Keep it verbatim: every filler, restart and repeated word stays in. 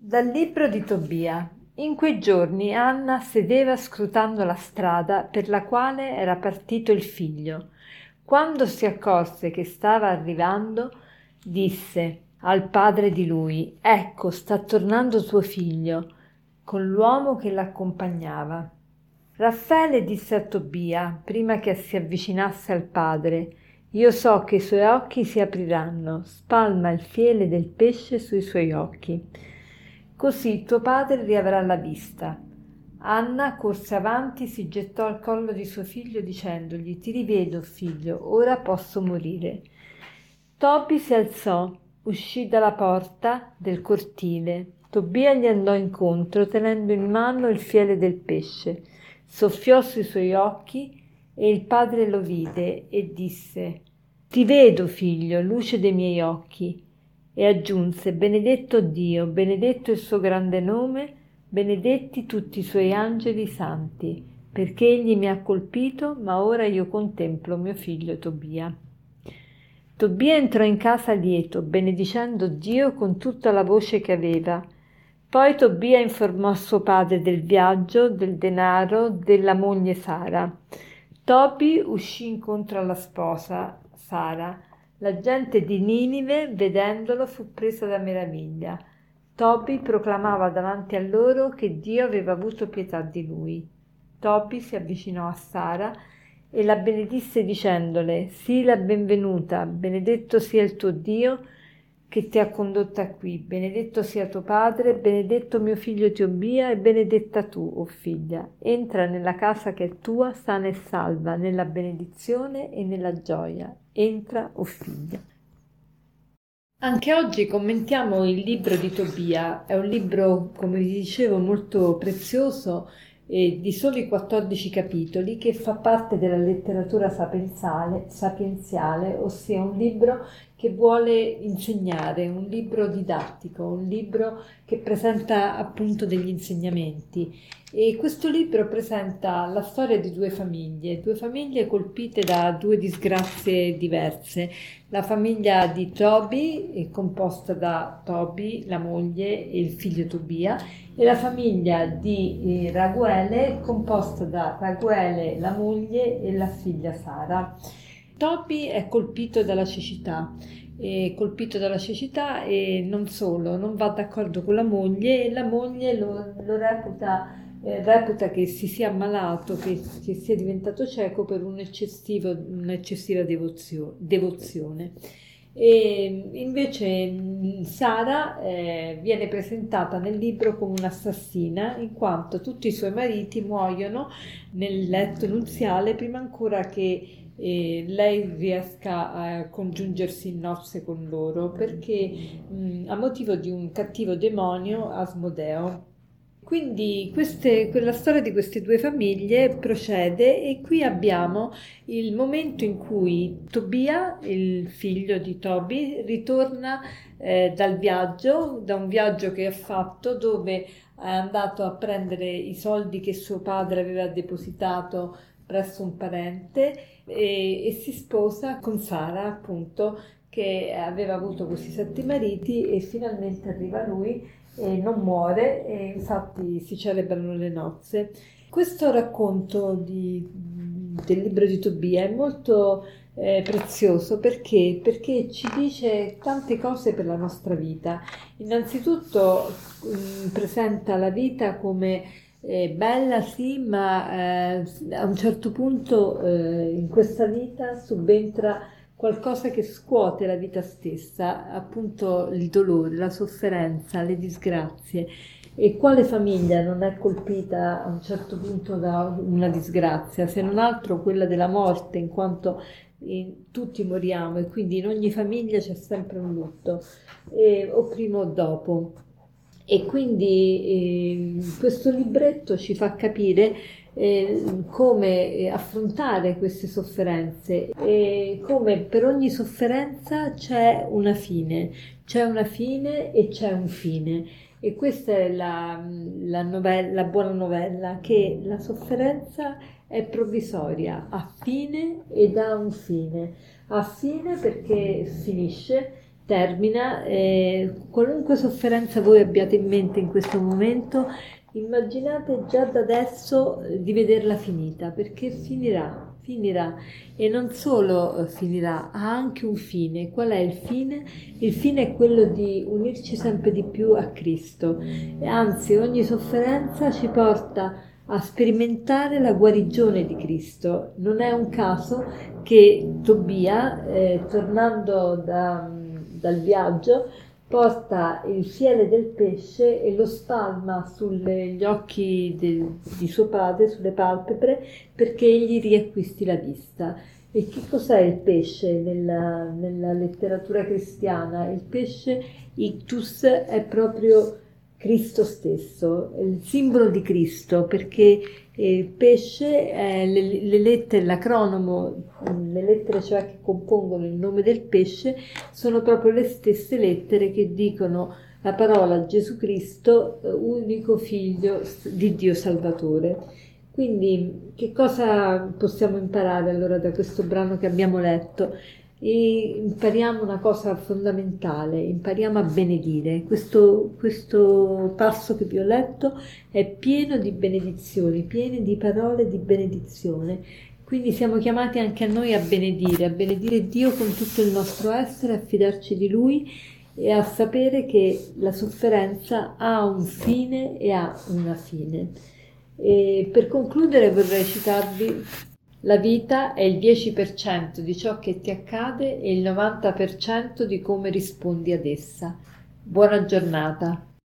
Dal libro di Tobia. In quei giorni Anna sedeva scrutando la strada per la quale era partito il figlio. Quando si accorse che stava arrivando, disse al padre di lui: «Ecco, sta tornando tuo figlio», con l'uomo che l'accompagnava. Raffaele disse a Tobia, prima che si avvicinasse al padre: «Io so che i suoi occhi si apriranno, spalma il fiele del pesce sui suoi occhi. Così tuo padre riavrà la vista». Anna corse avanti, si gettò al collo di suo figlio dicendogli: «Ti rivedo, figlio, ora posso morire». Tobi si alzò, uscì dalla porta del cortile. Tobia gli andò incontro tenendo in mano il fiele del pesce. Soffiò sui suoi occhi e il padre lo vide e disse: «Ti vedo, figlio, luce dei miei occhi». E aggiunse: «Benedetto Dio, benedetto il suo grande nome, benedetti tutti i suoi angeli santi, perché egli mi ha colpito, ma ora io contemplo mio figlio Tobia». Tobia entrò in casa lieto, benedicendo Dio con tutta la voce che aveva. Poi Tobia informò suo padre del viaggio, del denaro, della moglie Sara. Tobi uscì incontro alla sposa, Sara. La gente di Ninive, vedendolo, fu presa da meraviglia. Tobi proclamava davanti a loro che Dio aveva avuto pietà di lui. Tobi si avvicinò a Sara e la benedisse dicendole: «Sii la benvenuta, benedetto sia il tuo Dio che ti ha condotta qui, benedetto sia tuo padre, benedetto mio figlio Tobia e benedetta tu, o figlia. Entra nella casa che è tua sana e salva, nella benedizione e nella gioia. Entra, o figlia». Anche oggi commentiamo il libro di Tobia. È un libro, come vi dicevo, molto prezioso, e di soli quattordici capitoli, che fa parte della letteratura sapienziale, sapienziale, ossia un libro che vuole insegnare, un libro didattico, un libro che presenta appunto degli insegnamenti. E questo libro presenta la storia di due famiglie, due famiglie colpite da due disgrazie diverse. La famiglia di Tobi è composta da Tobi, la moglie e il figlio Tobia, e la famiglia di eh, Raguele, composta da Raguele, la moglie e la figlia Sara. Tobi è colpito dalla cecità, è colpito dalla cecità e non solo, non va d'accordo con la moglie e la moglie lo, lo reputa, eh, reputa che si sia ammalato, che, che sia diventato cieco per un eccessivo, un'eccessiva devozio, devozione. E invece Sara eh, viene presentata nel libro come un'assassina, in quanto tutti i suoi mariti muoiono nel letto nuziale prima ancora che eh, lei riesca a congiungersi in nozze con loro, perché mh, a motivo di un cattivo demonio, Asmodeo. Quindi queste, quella storia di queste due famiglie procede e qui abbiamo il momento in cui Tobia, il figlio di Tobi, ritorna eh, dal viaggio, da un viaggio che ha fatto, dove è andato a prendere i soldi che suo padre aveva depositato presso un parente e, e si sposa con Sara, appunto, che aveva avuto questi sette mariti, e finalmente arriva lui e non muore, e infatti si celebrano le nozze. Questo racconto di, del libro di Tobia è molto eh, prezioso perché? Perché ci dice tante cose per la nostra vita. Innanzitutto mh, presenta la vita come eh, bella, sì, ma eh, a un certo punto eh, in questa vita subentra qualcosa che scuote la vita stessa, appunto il dolore, la sofferenza, le disgrazie. E quale famiglia non è colpita a un certo punto da una disgrazia, se non altro quella della morte, in quanto in, tutti moriamo e quindi in ogni famiglia c'è sempre un lutto, eh, o prima o dopo. E quindi eh, questo libretto ci fa capire eh, come affrontare queste sofferenze e come per ogni sofferenza c'è una fine, c'è una fine e c'è un fine. E questa è la, la, novella, la buona novella, che la sofferenza è provvisoria, ha fine ed ha un fine. Ha fine perché finisce, termina. Eh, qualunque sofferenza voi abbiate in mente in questo momento, immaginate già da adesso eh, di vederla finita, perché finirà, finirà. E non solo eh, finirà, ha anche un fine. Qual è il fine? Il fine è quello di unirci sempre di più a Cristo. E anzi, ogni sofferenza ci porta a sperimentare la guarigione di Cristo. Non è un caso che Tobia, eh, tornando da, dal viaggio, porta il fiele del pesce e lo spalma sugli occhi de, di suo padre, sulle palpebre, perché egli riacquisti la vista. E che cos'è il pesce nella, nella letteratura cristiana? Il pesce, ictus, è proprio Cristo stesso, è il simbolo di Cristo, perché il pesce, eh, le, le lettere, l'acronomo, le lettere cioè che compongono il nome del pesce, sono proprio le stesse lettere che dicono la parola Gesù Cristo, unico figlio di Dio Salvatore. Quindi che cosa possiamo imparare allora da questo brano che abbiamo letto? E impariamo una cosa fondamentale, impariamo a benedire. Questo, questo passo che vi ho letto è pieno di benedizioni, pieno di parole di benedizione. Quindi siamo chiamati anche a noi a benedire, a benedire Dio con tutto il nostro essere, a fidarci di Lui e a sapere che la sofferenza ha un fine e ha una fine. E per concludere vorrei citarvi: la vita è il dieci per cento di ciò che ti accade e il novanta per cento di come rispondi ad essa. Buona giornata.